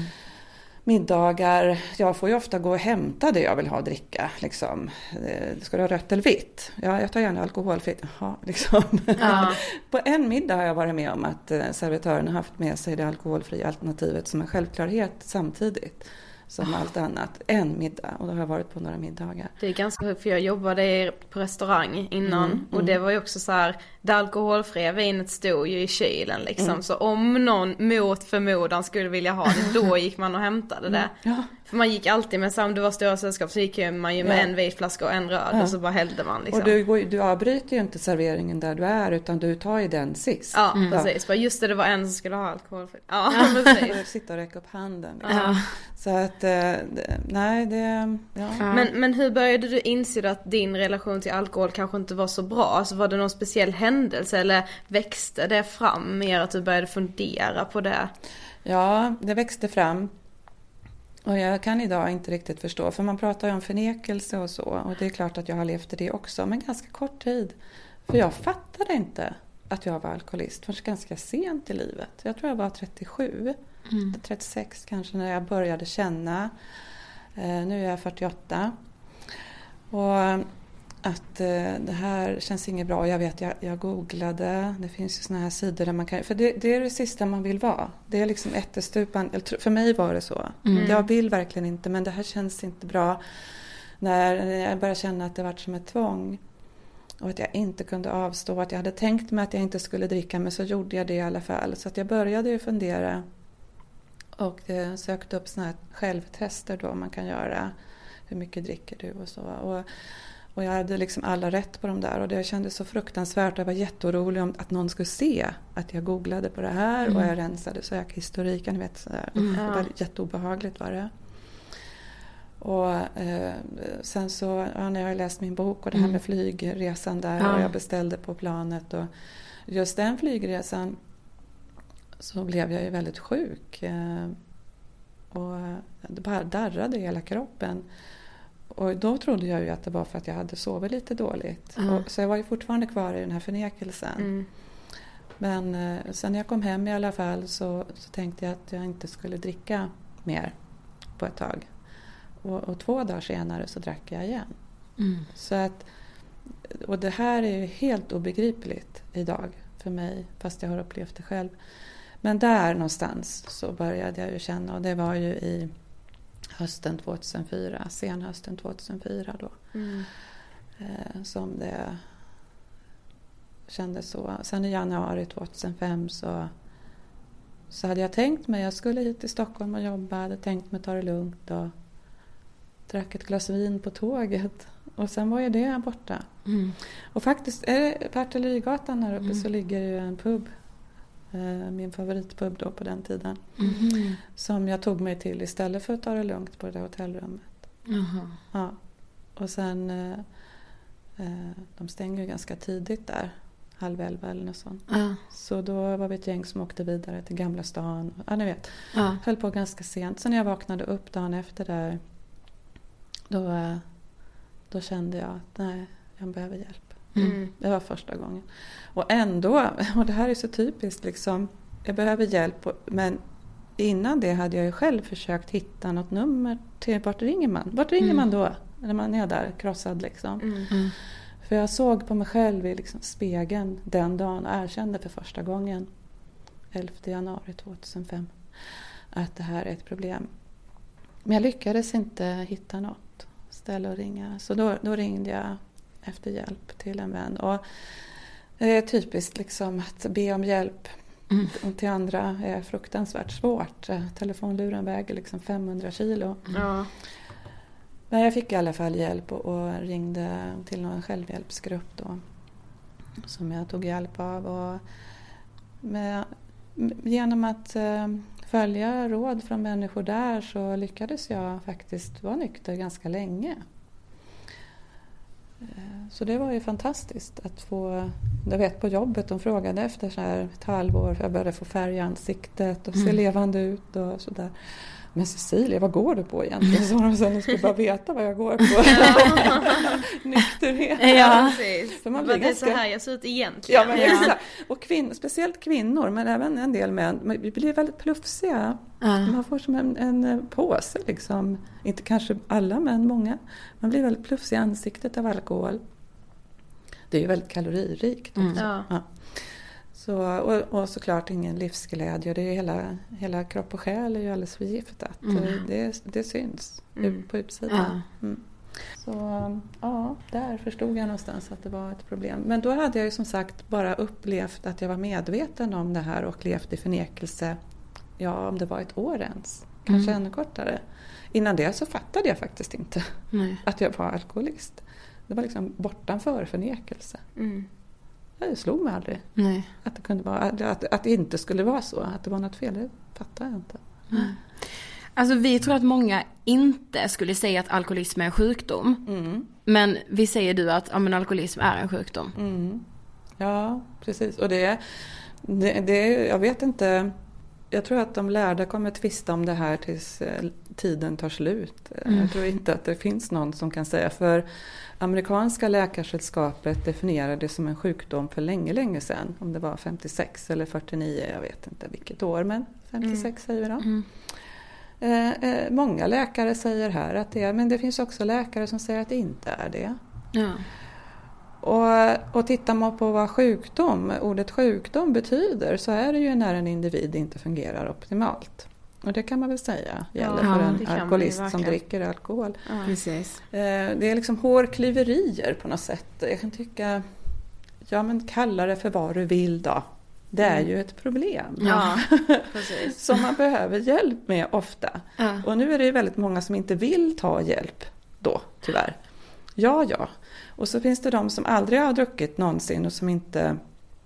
Middagar, jag får ju ofta gå och hämta det jag vill ha att dricka. Liksom. Ska du ha rött eller vitt? Ja, jag tar gärna alkoholfritt. Jaha, liksom. Ja. På en middag har jag varit med om att servitören har haft med sig det alkoholfria alternativet som en självklarhet samtidigt som oh. allt annat. En middag, och då har jag varit på några middagar. Det är ganska högt, för jag jobbade på restaurang innan mm, mm. och det var ju också så här, det alkoholfria vinet stod ju i kylen liksom, mm. så om någon mot förmodan skulle vilja ha det, då gick man och hämtade det. Mm. Ja. För man gick alltid med, om det var stora sällskap så gick man ju med ja. En vit flaska och en röd ja. Och så bara hällde man liksom. Och du, går, du avbryter ju inte serveringen där du är, utan du tar ju den sist. Ja, mm. precis. Bara just det, det var en som skulle ha alkoholfritt. Ja, ja. precis. Sitta och räcka upp handen. Liksom. Ja. Så att, nej det... Ja. Ja. Men, men hur började du inse att din relation till alkohol kanske inte var så bra? Alltså var det någon speciell händelse eller växte det fram mer att du började fundera på det? Ja, det växte fram. Och jag kan idag inte riktigt förstå, för man pratar ju om förnekelse och så. Och det är klart att jag har levt i det också, men ganska kort tid. För jag fattade inte att jag var alkoholist först ganska sent i livet. Jag tror jag var trettiosju, mm. trettiosex kanske när jag började känna. Eh, nu är jag fyrtioåtta. Och att eh, det här känns inget bra. Jag vet, jag, jag googlade. Det finns ju såna här sidor där man kan... För det, det är det sista man vill vara. Det är liksom ättestupan. För mig var det så. Mm. Jag vill verkligen inte, men det här känns inte bra. När jag började känna att det var som ett tvång. Och att jag inte kunde avstå. Att jag hade tänkt mig att jag inte skulle dricka, men så gjorde jag det i alla fall. Så att jag började ju fundera. Och eh, sökte upp såna här självtester då man kan göra. Hur mycket dricker du och så. Och... Och jag hade liksom alla rätt på dem där. Och det kändes så fruktansvärt. Jag var jätteorolig om att någon skulle se att jag googlade på det här. Mm. Och jag rensade sökhistoriken. Vet, sådär. Mm. Det var jätteobehagligt var det. Och eh, sen så ja, när jag läst min bok. Och det här med flygresan där. Ja. Och jag beställde på planet. Och just den flygresan. Så blev jag ju väldigt sjuk. Eh, och det bara darrade i hela kroppen. Och då trodde jag ju att det var för att jag hade sovit lite dåligt. Mm. Och, så jag var ju fortfarande kvar i den här förnekelsen. Mm. Men eh, sen när jag kom hem i alla fall så, så tänkte jag att jag inte skulle dricka mer på ett tag. Och, och två dagar senare så drack jag igen. Mm. Så att, och det här är ju helt obegripligt idag för mig, fast jag har upplevt det själv. Men där någonstans så började jag ju känna, och det var ju i hösten tjugohundrafyra, senhösten tjugohundrafyra då. Mm. Eh, som det kändes så. Sen i januari tjugohundrafem så, så hade jag tänkt mig, jag skulle hit till Stockholm och jobba, hade tänkt mig ta det lugnt och drack ett glas vin på tåget. Och sen var ju det borta. Mm. Och faktiskt, är det på Artillerigatan här uppe mm. så ligger ju en pub. Min favoritpub då på den tiden. Mm. Som jag tog mig till istället för att ta det lugnt på det hotellrummet. Mm. Ja. Och sen eh, de stänger ju ganska tidigt där. Halv elva eller något sånt. Mm. Så då var vi ett gäng som åkte vidare till Gamla stan. Ja, ni vet. Mm. Höll på ganska sent. Så när jag vaknade upp dagen efter där. Då, då kände jag att nej, jag behöver hjälp. Mm. Det var första gången. Och ändå, och det här är så typiskt liksom, jag behöver hjälp, men innan det hade jag ju själv försökt hitta något nummer till, vart ringer man? Vart ringer mm. man då? När man är där krossad liksom. Mm. Mm. För jag såg på mig själv i liksom spegeln den dagen och erkände för första gången elfte januari tjugohundrafem att det här är ett problem. Men jag lyckades inte hitta något ställe att ringa. Så då, då ringde jag efter hjälp till en vän. Och det är typiskt liksom att be om hjälp mm. till andra är fruktansvärt svårt. Telefonluren väger liksom femhundra kilo. Mm. Men jag fick i alla fall hjälp och, och ringde till någon självhjälpsgrupp då. Som jag tog hjälp av. Och med, genom att eh, följa råd från människor där så lyckades jag faktiskt vara nykter ganska länge. Så det var ju fantastiskt att få, jag vet på jobbet, de frågade efter så här ett halvår, för jag började få färg i ansiktet och se mm. levande ut och sådär. Men Cecilia, vad går du på egentligen? Så de sen skulle bara veta vad jag går på. Nykterhet. Ja, precis. För man blir blir ganska... det så här jag ser ut egentligen. Ja, men exakt. Och kvin... speciellt kvinnor, men även en del män. Vi blir väldigt plufsiga. Ja. Man får som en, en påse liksom. Inte kanske alla, men många. Man blir väldigt plufsig i ansiktet av alkohol. Det är ju väldigt kaloririkt också. Mm. Ja. Ja. Så, och, och såklart ingen livsglädje. Det är hela, hela kropp och själ är ju alldeles förgiftat. Mm. Det, det syns mm. på utsidan. Ja. Mm. Så ja, där förstod jag någonstans att det var ett problem. Men då hade jag ju som sagt bara upplevt att jag var medveten om det här och levt i förnekelse. Ja, om det var ett år ens. Kanske mm. ännu kortare. Innan det så fattade jag faktiskt inte Nej. att jag var alkoholist. Det var liksom bortanför förnekelse. Mm. Det slog mig aldrig. Nej. Att det kunde vara, att, att, att det inte skulle vara så. Att det var något fel, det fattar jag inte. Mm. Alltså vi tror att många inte skulle säga att alkoholism är en sjukdom. Mm. Men vi säger du att ja, men alkoholism är en sjukdom. Mm. Ja, precis. Och det, det, det, jag vet inte... Jag tror att de lärda kommer tvista om det här tills tiden tar slut. Mm. Jag tror inte att det finns någon som kan säga. För amerikanska läkarsällskapet definierade det som en sjukdom för länge, länge sedan. Om det var femtiosex eller fyrtionio, jag vet inte vilket år, men femtiosex mm. säger de. Mm. Eh, eh, många läkare säger här att det är, men det finns också läkare som säger att det inte är det. Ja. Och, och tittar man på vad sjukdom, ordet sjukdom betyder, så är det ju när en individ inte fungerar optimalt. Och det kan man väl säga gäller ja, för en alkoholist som dricker alkohol. Ja. Precis. Det är liksom hårklyverier på något sätt. Jag kan tycka, ja men kalla det för vad du vill då. Det är mm. ju ett problem. Ja, precis. Som man behöver hjälp med ofta. Ja. Och nu är det ju väldigt många som inte vill ta hjälp då, tyvärr. Ja, ja. Och så finns det de som aldrig har druckit någonsin och som inte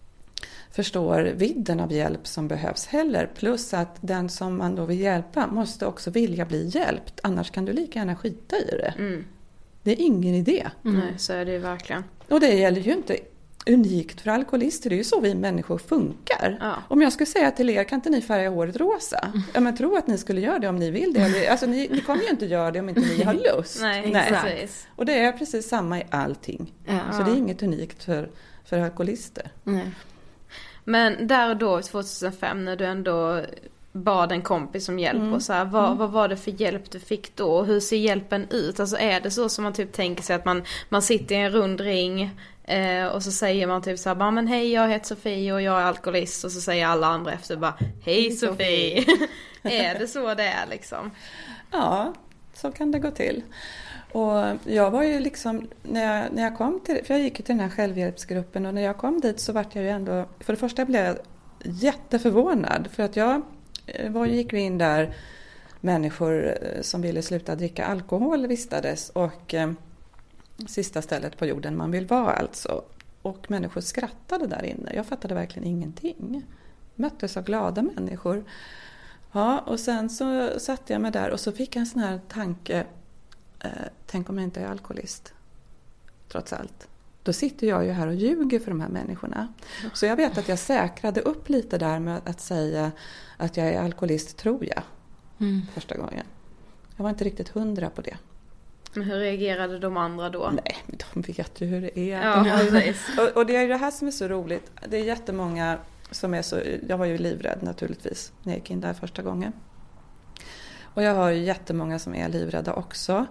förstår vidden av hjälp som behövs heller. Plus att den som man då vill hjälpa måste också vilja bli hjälpt. Annars kan du lika gärna skita i det. Mm. Det är ingen idé. Mm. Nej, så är det ju verkligen. Och det gäller ju inte unikt för alkoholister. Det är ju så vi människor funkar. Ja. Om jag skulle säga till er, kan inte ni färga håret rosa? Mm. Ja, men tro att ni skulle göra det om ni vill det. Alltså ni, ni kommer ju inte göra det om inte ni har lust. Nej, Nej. Precis. Och det är precis samma i allting. Ja. Så det är inget unikt för, för alkoholister. Nej. Men där och då, tjugohundrafem, när du ändå bad en kompis som hjälp mm. och så här, vad, mm. vad var det för hjälp du fick då? Och hur ser hjälpen ut? Alltså är det så som man typ tänker sig att man, man sitter i en rund ring eh, och så säger man typ så här, men hej, jag heter Sofie och jag är alkoholist, och så säger alla andra efter bara, hej Sofie. Är det så det är liksom? Ja, så kan det gå till. Och jag var ju liksom, när jag, när jag kom till, för jag gick ju till den här självhjälpsgruppen, och när jag kom dit så var jag ju ändå, för det första blev jag jätteförvånad, för att jag var, gick in där människor som ville sluta dricka alkohol vistades, och eh, sista stället på jorden man vill vara alltså, och människor skrattade där inne. Jag fattade verkligen ingenting. Möttes av glada människor. Ja, och sen så satt jag mig där och så fick jag en sån här tanke, eh, tänk om jag inte är alkoholist, trots allt. Då sitter jag ju här och ljuger för de här människorna. Så jag vet att jag säkrade upp lite där med att säga att jag är alkoholist, tror jag. Mm. Första gången. Jag var inte riktigt hundra på det. Men hur reagerade de andra då? Nej, de vet ju hur det är. Ja, de och, och det är ju det här som är så roligt. Det är jättemånga som är så... Jag var ju livrädd naturligtvis när jag gick in där första gången. Och jag har ju jättemånga som är livrädda också.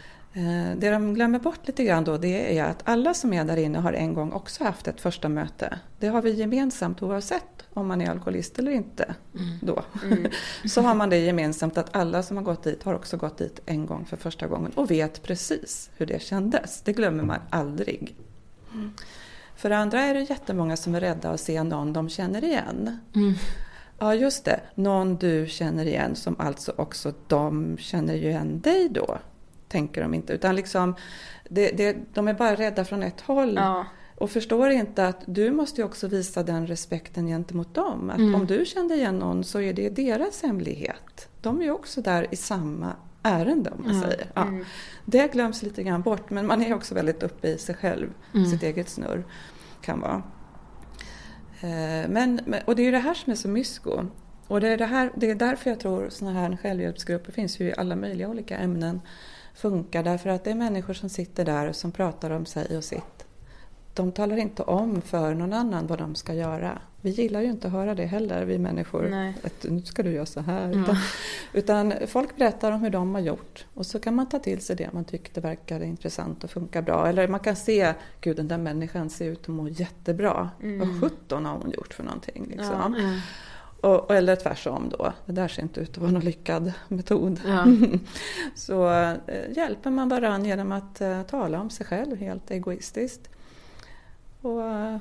Det de glömmer bort lite grann då, det är att alla som är där inne har en gång också haft ett första möte. Det har vi gemensamt oavsett om man är alkoholist eller inte. Mm. Då. Mm. Så har man det gemensamt att alla som har gått dit har också gått dit en gång för första gången och vet precis hur det kändes. Det glömmer man aldrig. Mm. För det andra är det jättemånga som är rädda att se någon de känner igen. Mm. Ja, just det. Någon du känner igen som alltså också de känner igen dig då. Tänker de inte, utan liksom det, det, de är bara rädda från ett håll. Ja. Och förstår inte att du måste ju också visa den respekten gentemot dem. Att mm. om du kände igen någon så är det deras hemlighet. De är ju också där i samma ärende om man Mm. säger. Ja. Mm. Det glöms lite grann bort, men man är också väldigt uppe i sig själv, Mm. sitt eget snurr kan vara. Eh, men, och det är ju det här som är så mysko. Och det är, det, här, det är därför jag tror såna här självhjälpsgrupper finns ju i alla möjliga olika ämnen funkar. Därför att det är människor som sitter där och som pratar om sig och sitt. De talar inte om för någon annan vad de ska göra. Vi gillar ju inte att höra det heller, vi människor. Nej. Att nu ska du göra så här. Mm. Utan, utan folk berättar om hur de har gjort. Och så kan man ta till sig det man tycker det verkar intressant och funkar bra. Eller man kan se, gud den där människan ser ut att må jättebra. Mm. Vad sjutton har hon gjort för någonting liksom. Ja. Mm. Och, eller tvärsom då. Det där ser inte ut att vara någon lyckad metod. Ja. Så eh, hjälper man varann genom att eh, tala om sig själv helt egoistiskt. Och eh,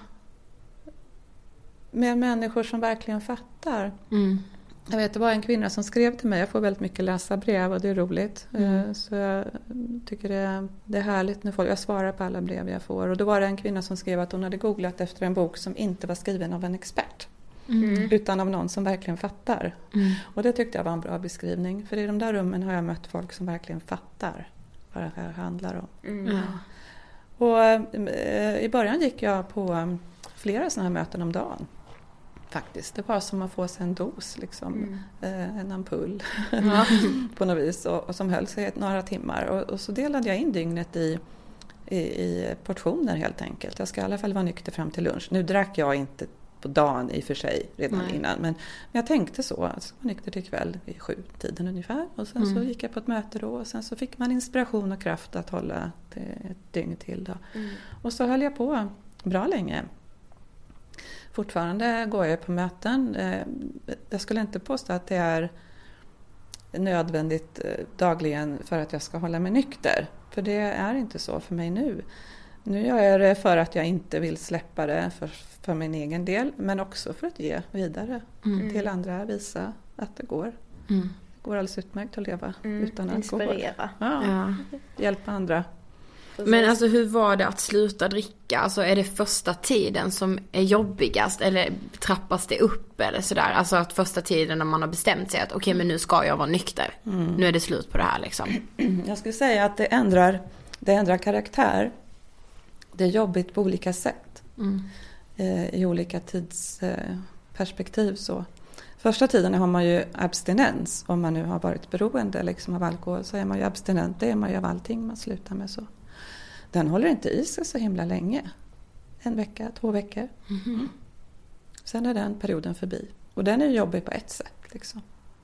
med människor som verkligen fattar. Mm. Jag vet, det var en kvinna som skrev till mig. Jag får väldigt mycket läsa brev och det är roligt. Mm. Eh, så jag tycker det, det är härligt när folk, jag svarar på alla brev jag får. Och då var det en kvinna som skrev att hon hade googlat efter en bok som inte var skriven av en expert. Mm. Utan av någon som verkligen fattar. Mm. Och det tyckte jag var en bra beskrivning. För i de där rummen har jag mött folk som verkligen fattar vad det här handlar om. Mm. Ja. Och eh, i början gick jag på um, flera sådana här möten om dagen. Faktiskt. Det var som att få sig en dos, liksom. Mm. Eh, en ampull Ja. på något vis. Och, och som höll sig några timmar. Och, och så delade jag in dygnet i, i, i portioner helt enkelt. Jag ska i alla fall vara nykter fram till lunch. Nu drack jag inte på dagen i och för sig redan Nej. innan. Men, men jag tänkte så, att jag ska vara nykter till kväll vid sju tiden ungefär. Och sen Mm. så gick jag på ett möte då. Och sen så fick man inspiration och kraft att hålla till ett dygn till då. Mm. Och så höll jag på bra länge. Fortfarande går jag på möten. Jag skulle inte påstå att det är nödvändigt dagligen för att jag ska hålla mig nykter. För det är inte så för mig nu. Nu gör jag det för att jag inte vill släppa det för, för min egen del. Men också för att ge vidare Mm. till andra. Visa att det går. Mm. Det går alldeles utmärkt att leva Mm. utan alkohol. Inspirera. Ja. Ja. Hjälpa andra. Men alltså hur var det att sluta dricka? Alltså är det första tiden som är jobbigast eller trappas det upp eller sådär? Alltså att första tiden när man har bestämt sig att okej okay, men nu ska jag vara nykter. Mm. Nu är det slut på det här liksom. Jag skulle säga att det ändrar, det ändrar karaktär. Det är jobbigt på olika sätt. Mm. Eh, I olika tidsperspektiv så. Första tiden har man ju abstinens. Om man nu har varit beroende liksom, av alkohol så är man ju abstinent. Det är man ju av allting man slutar med så. Den håller inte i sig så himla länge. En vecka, två veckor. Mm. Sen är den perioden förbi. Och den är ju jobbig på ett sätt. Liksom.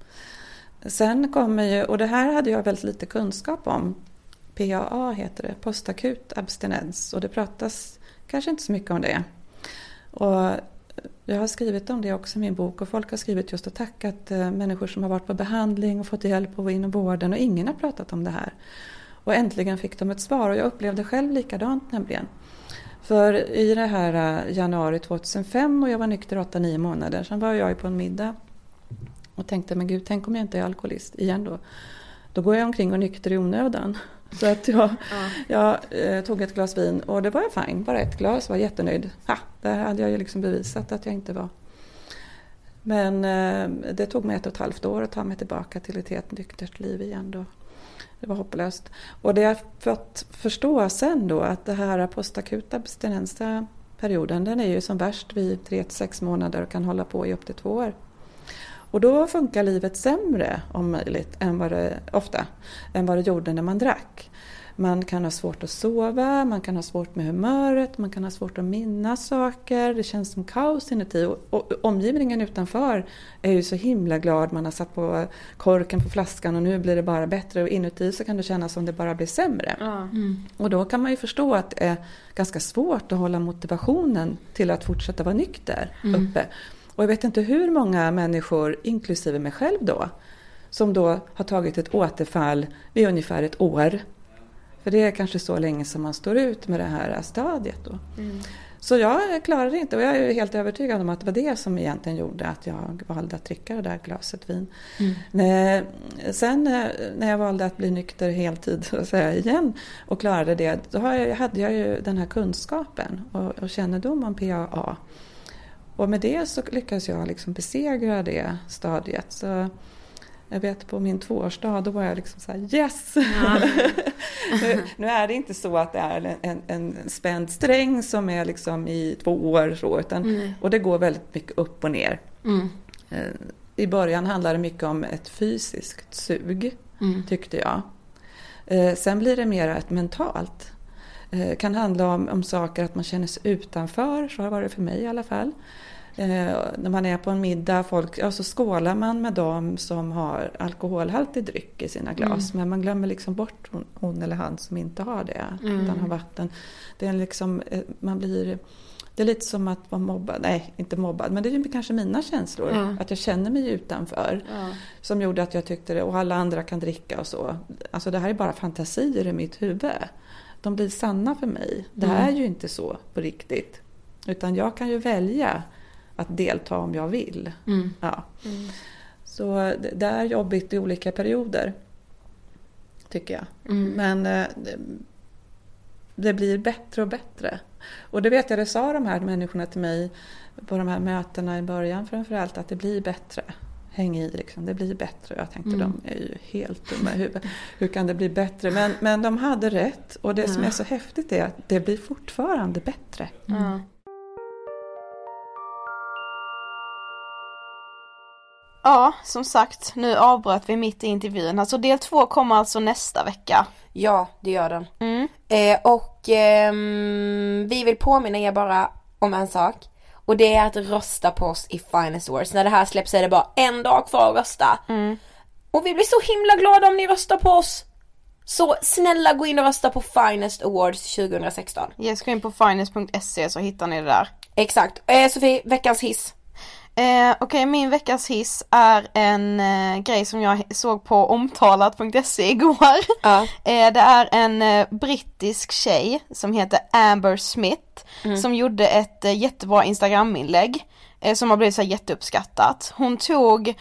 Sen kommer ju, och det här hade jag väldigt lite kunskap om. P A A heter det, postakut abstinens. Och det pratas kanske inte så mycket om det. Och jag har skrivit om det också i min bok. Och folk har skrivit just och tackat människor som har varit på behandling och fått hjälp och inom vården. Och ingen har pratat om det här. Och äntligen fick de ett svar och jag upplevde själv likadant nämligen. För i det här januari tjugohundrafem och jag var nykter åtta nio månader. Sen var jag på en middag och tänkte, men gud, tänk om jag inte är alkoholist igen då. Då går jag omkring och nykter i onödan. Så att jag, ja. jag eh, tog ett glas vin och det var jag fine. Bara ett glas, var jättenöjd. Ha, där hade jag ju liksom bevisat att jag inte var. Men eh, det tog mig ett och ett halvt år att ta mig tillbaka till ett helt nyktert liv igen då. Det var hopplöst. Och det jag fått förstå sen då att det här postakuta abstinensa perioden den är ju som värst vid tre till sex månader och kan hålla på i upp till två år. Och då funkar livet sämre om möjligt än vad det, ofta än vad det gjorde när man drack. Man kan ha svårt att sova, man kan ha svårt med humöret, man kan ha svårt att minnas saker. Det känns som kaos inuti. Och, och omgivningen utanför är ju så himla glad. Man har satt på korken på flaskan och nu blir det bara bättre. Och inuti så kan det kännas som det bara blir sämre. Mm. Och då kan man ju förstå att det är ganska svårt att hålla motivationen till att fortsätta vara nykter Mm. uppe. Och jag vet inte hur många människor, inklusive mig själv då, som då har tagit ett återfall vid ungefär ett år. För det är kanske så länge som man står ut med det här stadiet då. Mm. Så jag klarade inte och jag är helt övertygad om att det var det som egentligen gjorde att jag valde att dricka det där glaset vin. Mm. När, sen när jag valde att bli nykter heltid så att säga, igen och klarade det, då hade jag ju den här kunskapen och, och kännedom om P A A. Och med det så lyckades jag liksom besegra det stadiet. Så Jag vet på min tvåårsdag, då var jag liksom så här, yes! Ja. nu, nu är det inte så att det är en, en spänd sträng som är liksom i två år så, utan, mm. och det går väldigt mycket upp och ner. Mm. I början handlar det mycket om ett fysiskt sug, mm. tyckte jag. Sen blir det mer ett mentalt. Det kan handla om, om saker att man känner sig utanför, så har det varit för mig i alla fall. Eh, när man är på en middag, folk, ja, så skålar man med dem som har alkoholhaltig dryck i sina glas. Mm. Men man glömmer liksom bort hon, hon eller han som inte har det, mm. utan har vatten. Det är liksom, man blir, det är lite som att vara mobbad, nej inte mobbad, men det är ju kanske mina känslor. Mm. Att jag känner mig utanför. Mm. Som gjorde att jag tyckte det, och alla andra kan dricka och så. Alltså det här är bara fantasier i mitt huvud. De blir sanna för mig. Det mm. är ju inte så på riktigt. Utan jag kan ju välja att delta om jag vill. Mm. Ja. Mm. Så det, det är jobbigt i olika perioder. Tycker jag. Mm. Men det, det blir bättre och bättre. Och det vet jag, det sa de här människorna till mig på de här mötena i början framförallt, att det blir bättre. Häng i liksom, det blir bättre. Jag tänkte, mm. de är ju helt dumma i huvudet. Hur kan det bli bättre? Men, men de hade rätt. Och det ja. som är så häftigt är att det blir fortfarande bättre. Mm. Ja. Ja, som sagt, nu avbröt vi mitt i intervjun. Alltså del två kommer alltså nästa vecka. Ja, det gör den. Mm. Eh, och eh, vi vill påminna er bara om en sak. Och det är att rösta på oss i Finest Awards. När det här släpps är det bara en dag kvar att rösta. Mm. Och vi blir så himla glada om ni röstar på oss. Så snälla gå in och rösta på Finest Awards tjugohundrasexton. Yes, gå in på finest punkt se så hittar ni det där. Exakt. Eh, Sofie, veckans hiss. Eh, Okej, okay, min veckans hiss är en eh, grej som jag såg på omtalat punkt se igår. Ja. eh, det är en eh, brittisk tjej som heter Amber Smith mm. som gjorde ett eh, jättebra Instagram-inlägg eh, som har blivit så jätteuppskattat. Hon tog,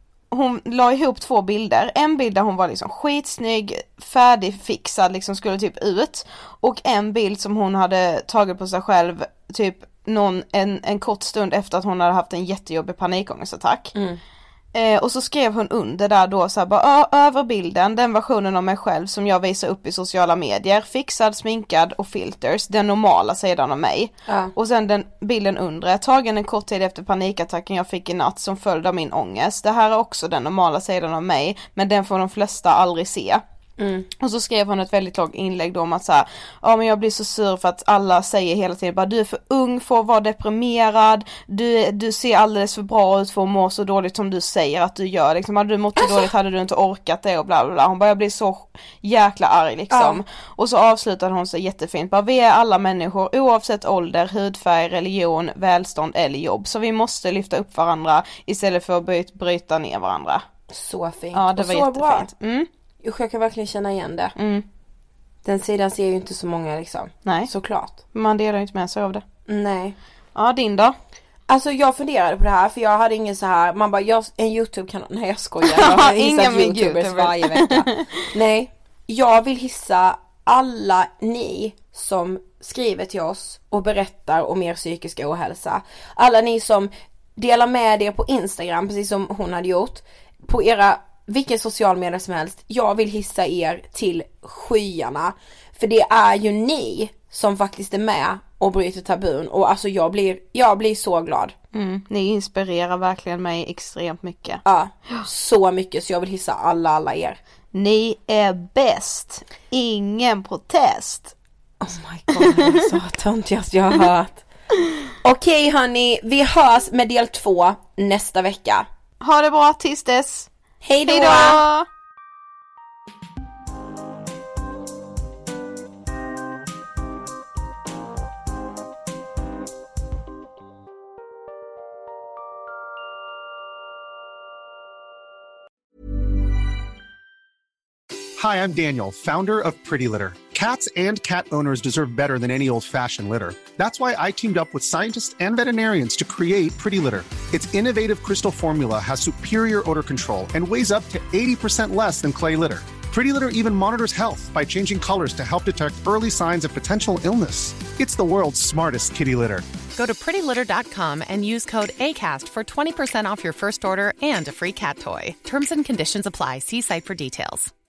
hon la ihop två bilder. En bild där hon var liksom skitsnygg, färdigfixad, liksom skulle typ ut. Och en bild som hon hade tagit på sig själv typ någon, en, en kort stund efter att hon hade haft en jättejobbig panikångestattack. Mm. Eh, och så skrev hon under där då så här, bara, över bilden, den versionen av mig själv som jag visar upp i sociala medier, fixad, sminkad och filters, den normala sidan av mig. Ja. Och sen den bilden under, tagen en kort tid efter panikattacken jag fick i natt som följd av min ångest. Det här är också den normala sidan av mig, men den får de flesta aldrig se. Mm. Och så skrev hon ett väldigt långt inlägg då om att så här, ja men jag blir så sur för att alla säger hela tiden bara, du är för ung för att vara deprimerad, du, du ser alldeles för bra ut för att må så dåligt som du säger att du gör liksom, hade du mått så dåligt hade du inte orkat det och bla bla bla. Hon bara, jag blir så jäkla arg liksom. Ja. Och så avslutade hon så jättefint bara, vi är alla människor oavsett ålder, hudfärg, religion, välstånd eller jobb, så vi måste lyfta upp varandra istället för att bryta, bryta ner varandra. Så fint. Ja, det och var så jättefint. Bra. Mm. Usch, jag kan verkligen känna igen det. Mm. Den sidan ser ju inte så många liksom. Nej. Såklart. Man delar ju inte med sig av det. Nej. Ja, din då? Alltså jag funderade på det här för jag hade ingen så här, man bara, jag, en YouTube-kanal, nej jag skojar. Jag ingen med YouTubers YouTube. Varje vecka. Nej, jag vill hissa alla ni som skriver till oss och berättar om er psykiska ohälsa. Alla ni som delar med er på Instagram, precis som hon hade gjort. På era vilken social media som helst. Jag vill hissa er till skyarna. För det är ju ni som faktiskt är med och bryter tabun. Och alltså jag blir, jag blir så glad. Mm, ni inspirerar verkligen mig extremt mycket. Ja, så mycket. Så jag vill hissa alla, alla er. Ni är bäst. Ingen protest. Oh my god, det är så töntigast jag har hört. Okej okay, hörni, vi hörs med del två nästa vecka. Ha det bra tills dess. Hej då! Hi, I'm Daniel, founder of Pretty Litter. Cats and cat owners deserve better than any old-fashioned litter. That's why I teamed up with scientists and veterinarians to create Pretty Litter. Its innovative crystal formula has superior odor control and weighs up to eighty percent less than clay litter. Pretty Litter even monitors health by changing colors to help detect early signs of potential illness. It's the world's smartest kitty litter. Go to pretty litter dot com and use code ACAST for twenty percent off your first order and a free cat toy. Terms and conditions apply. See site for details.